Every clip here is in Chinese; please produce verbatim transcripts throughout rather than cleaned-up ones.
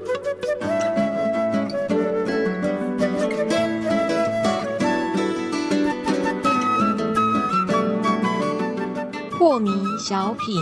破迷小品。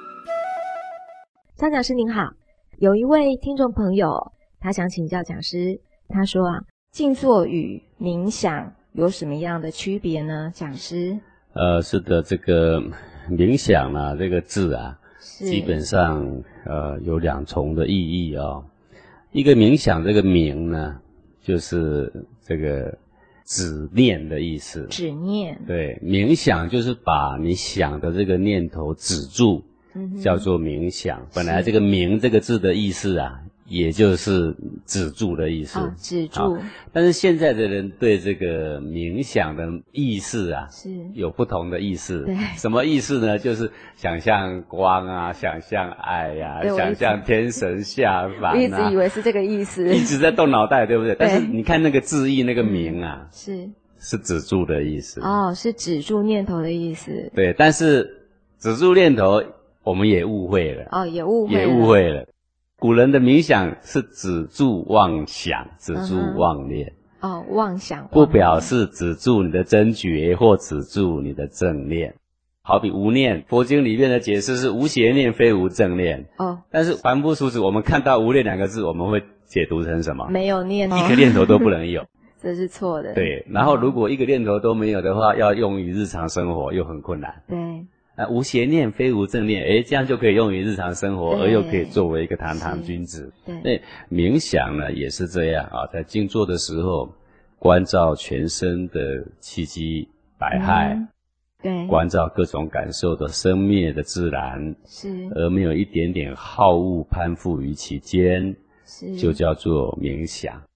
张讲师您好，有一位听众朋友，他想请教讲师，他说啊，静坐与冥想有什么样的区别呢？讲师？ 呃，是的，这个冥想啊，这个字啊，基本上呃有两重的意义哦。一个冥想，这个冥呢，就是这个止念的意思。 止念。对， 冥想就是把你想的这个念头止住，嗯、叫做冥想。本来这个冥这个字的意思啊，也就是止住的意思。哦、 止住。 但是现在的人对这个冥想的意思啊， 是有不同的意思。 对。 什么意思呢？就是想象光啊，想象爱呀、啊，想象天神下凡啊。 我一直以为是这个意思。 一直在动脑袋，对不对？对。但是你看那个字义，那个冥啊， 嗯、是是止住的意思。 哦，是止住念头的意思。 对，但是止住念头，我们也误会了。 哦，也误会了。 也误会了。古人的冥想是止住妄想，止住妄念。 嗯、哦，妄想。 不表示止住你的真觉或止住你的正念。好比无念，佛经里面的解释是无邪念，非无正念。哦。但是凡夫俗子，我们看到无念两个字，我们会解读成什么？ 没有念、哦， 一个念头都不能有。 这是错的。 对。然后如果一个念头都没有的话，要用于日常生活又很困难。 对。 啊，无邪念，非无正念，诶，这样就可以用于日常生活，而又可以作为一个堂堂君子。对，冥想呢也是这样啊，在静坐的时候，关照全身的气机百害，嗯、对，关照各种感受的生灭的自然，是，而没有一点点好恶攀附于其间，是，就叫做冥想。